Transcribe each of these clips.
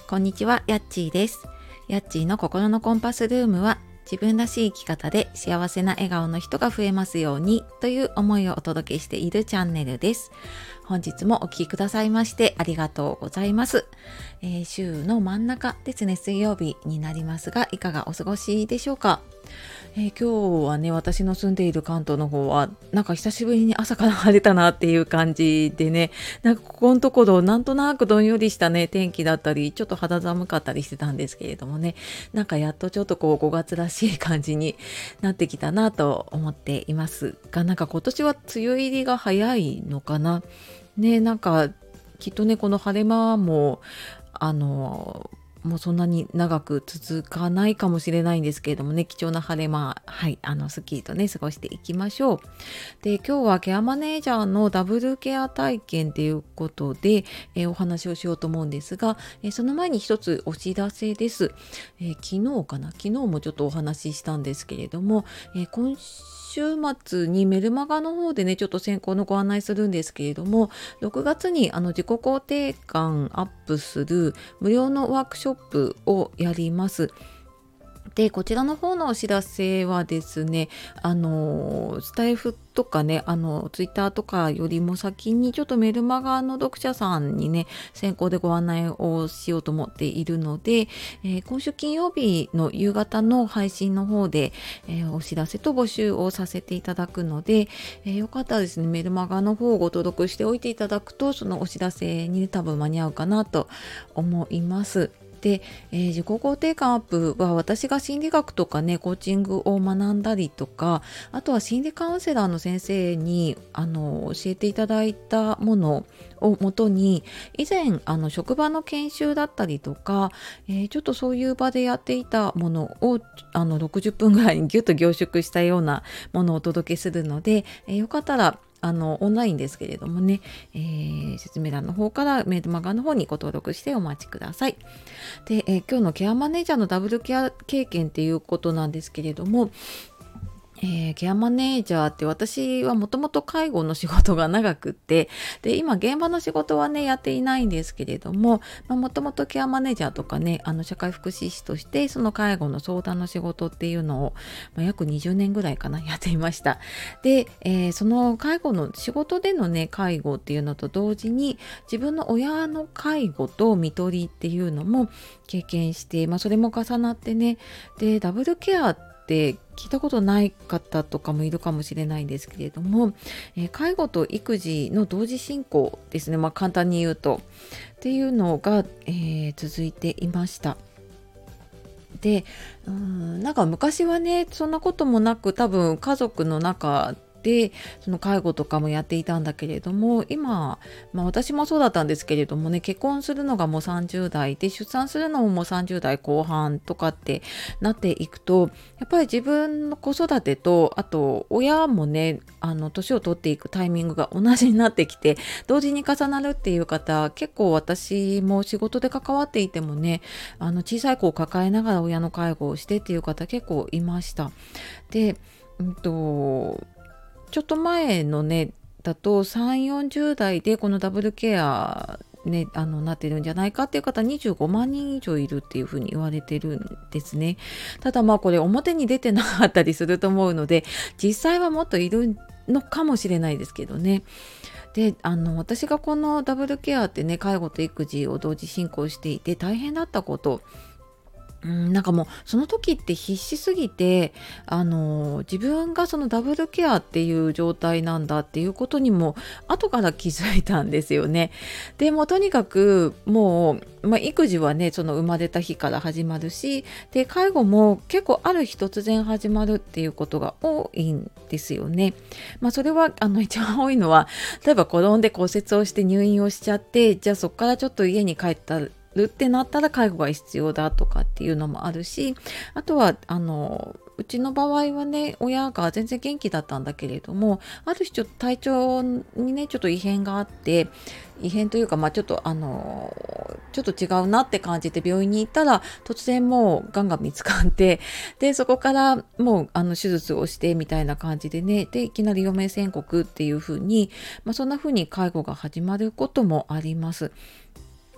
こんにちは、やっちーです。やっちーの心のコンパスルームは、自分らしい生き方で幸せな笑顔の人が増えますようにという思いをお届けしているチャンネルです。本日もお聞きくださいましてありがとうございます。週の真ん中ですね、水曜日になりますが、いかがお過ごしでしょうか。今日はね、私の住んでいる関東の方はなんか久しぶりに朝から晴れたなっていう感じでね、なんかここのところなんとなくどんよりしたね天気だったり、ちょっと肌寒かったりしてたんですけれどもね、なんかやっとちょっとこう5月らしい感じになってきたなと思っていますが、なんか今年は梅雨入りが早いのかなね。なんかきっとね、この晴れ間ももうそんなに長く続かないかもしれないんですけれどもね、貴重な晴れ間、すっきりとね、過ごしていきましょう。で、今日はケアマネージャーのダブルケア体験ということで、お話をしようと思うんですが、その前に一つお知らせです。昨日もちょっとお話ししたんですけれども、今週末にメルマガの方でね、ちょっと先行のご案内するんですけれども、6月に自己肯定感アップする無料のワークショップをやります。で、こちらの方のお知らせはですね、スタイフとかね、ツイッターとかよりも先にちょっとメルマガの読者さんにね、先行でご案内をしようと思っているので、今週金曜日の夕方の配信の方で、お知らせと募集をさせていただくので、よかったらですね、メルマガの方をご登録しておいていただくと、そのお知らせに、ね、多分間に合うかなと思います。で、自己肯定感アップは私が心理学とかね、コーチングを学んだりとか、あとは心理カウンセラーの先生に教えていただいたものをもとに、以前職場の研修だったりとか、ちょっとそういう場でやっていたものを60分ぐらいにギュッと凝縮したようなものをお届けするので、よかったらオンラインですけれどもね、説明欄の方からメルマガの方にご登録してお待ちください。で、今日のケアマネージャーのダブルケア経験っていうことなんですけれども、ケアマネージャーって私はもともと介護の仕事が長くって、で今現場の仕事はねやっていないんですけれども、もともとケアマネージャーとかね、社会福祉士としてその介護の相談の仕事っていうのを、約20年ぐらいかなやっていました。で、その介護の仕事でのね介護っていうのと同時に、自分の親の介護と看取りっていうのも経験して、それも重なってね、でダブルケアって聞いたことない方とかもいるかもしれないんですけれども、介護と育児の同時進行ですね、簡単に言うとっていうのが、続いていました。で、なんか昔はねそんなこともなく、多分家族の中でその介護とかもやっていたんだけれども、今、私もそうだったんですけれどもね、結婚するのがもう30代で、出産するのももう30代後半とかってなっていくと、やっぱり自分の子育てと、あと親もね年を取っていくタイミングが同じになってきて、同時に重なるっていう方、結構私も仕事で関わっていてもね、小さい子を抱えながら親の介護をしてっていう方結構いました。で、ちょっと前のねだと3、40代でこのダブルケアねなってるんじゃないかっていう方25万人以上いるっていうふうに言われてるんですね。ただこれ表に出てなかったりすると思うので、実際はもっといるのかもしれないですけどね。で、私がこのダブルケアってね、介護と育児を同時進行していて大変だったこと、なんかもうその時って必死すぎて、自分がそのダブルケアっていう状態なんだっていうことにも後から気づいたんですよね。でもとにかくもう、育児はねその生まれた日から始まるし、で介護も結構ある日突然始まるっていうことが多いんですよね。それは一番多いのは、例えば転んで骨折をして入院をしちゃって、じゃあそこからちょっと家に帰ったってなったら介護が必要だとかっていうのもあるし、あとはうちの場合はね、親が全然元気だったんだけれども、ある日ちょっと体調にねちょっと異変があって、異変というかちょっとちょっと違うなって感じて病院に行ったら、突然もうがんが見つかって、でそこからもう手術をしてみたいな感じでね、でいきなり余命宣告っていう風に、そんな風に介護が始まることもあります。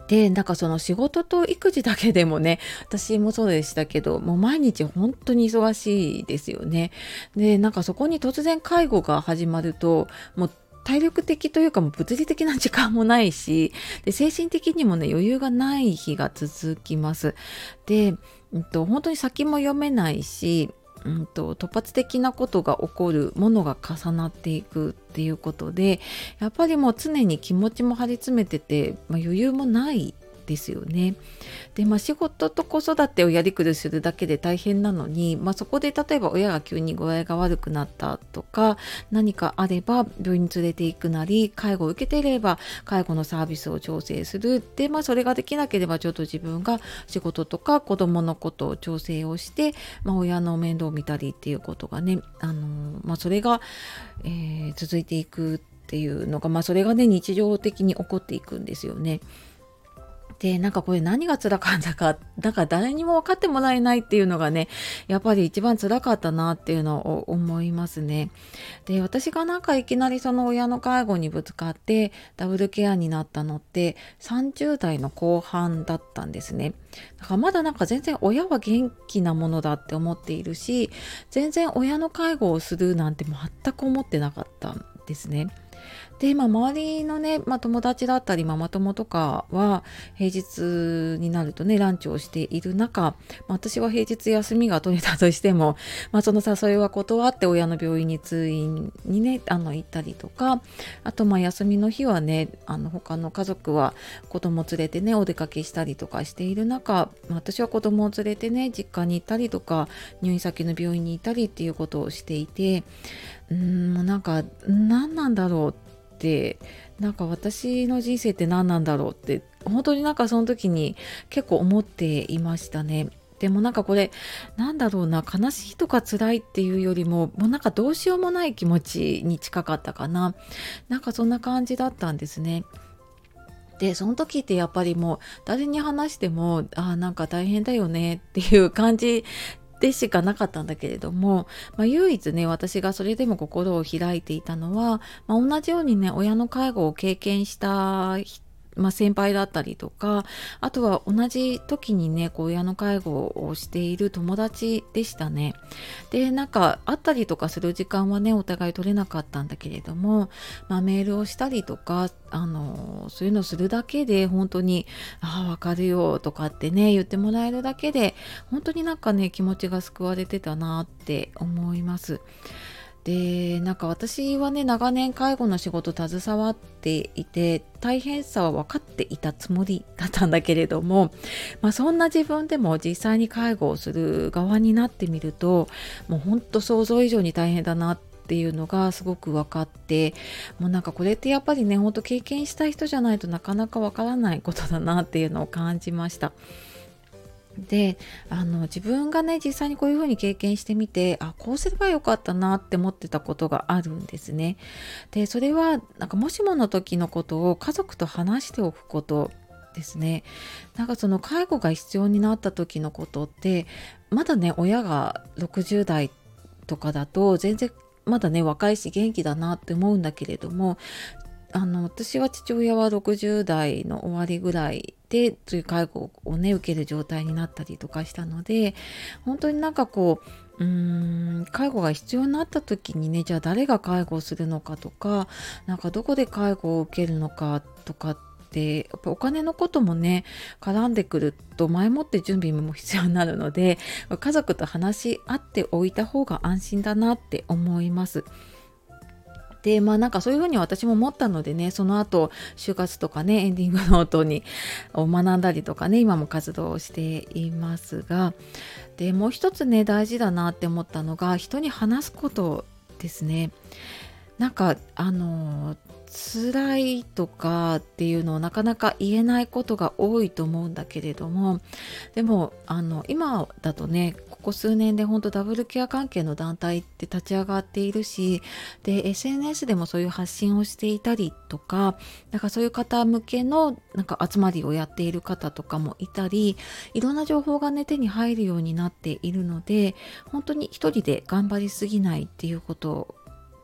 で、なんかその仕事と育児だけでもね、私もそうでしたけど、もう毎日本当に忙しいですよね。で、なんかそこに突然介護が始まると、もう体力的というかもう物理的な時間もないし、で、精神的にもね、余裕がない日が続きます。で、本当に先も読めないし、突発的なことが起こるものが重なっていくっていうことで、やっぱりもう常に気持ちも張り詰めてて、余裕もないですよね。で、仕事と子育てをやりくりするだけで大変なのに、そこで例えば親が急に具合が悪くなったとか何かあれば病院に連れて行くなり、介護を受けていれば介護のサービスを調整する。で、それができなければちょっと自分が仕事とか子供のことを調整をして、親の面倒を見たりっていうことがね、それが、続いていくっていうのが、それがね日常的に起こっていくんですよね。で、なんかこれ何が辛かったか、なんか誰にも分かってもらえないっていうのがね、やっぱり一番辛かったなっていうのを思いますね。で、私がなんかいきなりその親の介護にぶつかってダブルケアになったのって30代の後半だったんですね。だからまだなんか全然親は元気なものだって思っているし、全然親の介護をするなんて全く思ってなかったんですね。で、周りのね、友達だったりママ友とかは平日になるとねランチをしている中、私は平日休みが取れたとしても、その誘いは断って親の病院に通院にね行ったりとか、あと休みの日はね他の家族は子供連れてねお出かけしたりとかしている中、私は子供を連れてね実家に行ったりとか入院先の病院に行ったりっていうことをしていて、もうなんか何なんだろうって、なんか私の人生って何なんだろうって本当になんかその時に結構思っていましたね。でもなんかこれなんだろうな、悲しいとか辛いっていうよりももうなんかどうしようもない気持ちに近かったかな。なんかそんな感じだったんですね。で、その時ってやっぱりもう誰に話してもなんか大変だよねっていう感じでしかなかったんだけれども、唯一ね私がそれでも心を開いていたのは、同じようにね親の介護を経験した先輩だったりとか、あとは同じ時にね親の介護をしている友達でしたね。で、なんか会ったりとかする時間はねお互い取れなかったんだけれども、メールをしたりとかそういうのするだけで本当にわかるよとかってね言ってもらえるだけで本当になんかね気持ちが救われてたなって思います。で、なんか私はね長年介護の仕事携わっていて大変さは分かっていたつもりだったんだけれども、そんな自分でも実際に介護をする側になってみるともうほんと想像以上に大変だなっていうのがすごく分かって、もうなんかこれってやっぱりねほんと経験した人じゃないとなかなか分からないことだなっていうのを感じました。で、自分がね実際にこういうふうに経験してみて、こうすればよかったなって思ってたことがあるんですね。で、それはなんかもしもの時のことを家族と話しておくことですね。なんかその介護が必要になった時のことってまだね親が60代とかだと全然まだね若いし元気だなって思うんだけれども、私は父親は60代の終わりぐらいでそういう介護をね受ける状態になったりとかしたので、本当になんか介護が必要になった時にね、じゃあ誰が介護をするのかとか、なんかどこで介護を受けるのかとかってやっぱお金のこともね絡んでくると前もって準備も必要になるので、家族と話し合っておいた方が安心だなって思います。で、なんかそういうふうに私も思ったのでね、その後就活とかねエンディングノートを学んだりとかね今も活動をしていますが、でもう一つね大事だなって思ったのが人に話すことですね。なんか辛いとかっていうのをなかなか言えないことが多いと思うんだけれども、でも今だとねここ数年で本当ダブルケア関係の団体って立ち上がっているし、で SNS でもそういう発信をしていたりとか、なんかそういう方向けのなんか集まりをやっている方とかもいたり、いろんな情報がね手に入るようになっているので、本当に一人で頑張りすぎないっていうこと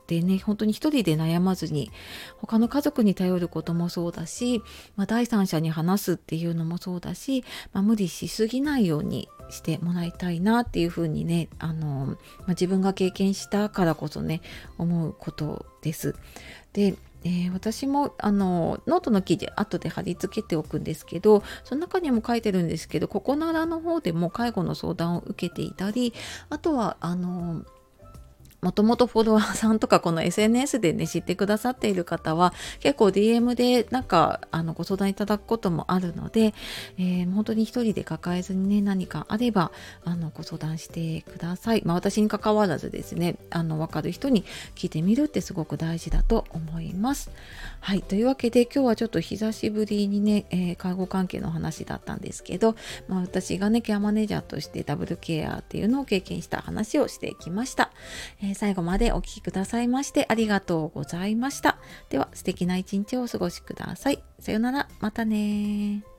でね、本当に一人で悩まずに他の家族に頼ることもそうだし、第三者に話すっていうのもそうだし、無理しすぎないようにしてもらいたいなっていうふうにね、自分が経験したからこそね思うことです。で私もノートの記事後で貼り付けておくんですけど、その中にも書いてるんですけど、ここならの方でも介護の相談を受けていたり、あとはもともとフォロワーさんとかこの SNS でね知ってくださっている方は結構 DM でご相談いただくこともあるので、本当に一人で抱えずにね、何かあればご相談してください。私に関わらずですね、分かる人に聞いてみるってすごく大事だと思います。はい、というわけで今日はちょっと久しぶりにね、介護関係の話だったんですけど、私がねケアマネージャーとしてダブルケアっていうのを経験した話をしてきました。最後までお聞きくださいましてありがとうございました。では素敵な一日をお過ごしください。さようなら、またね。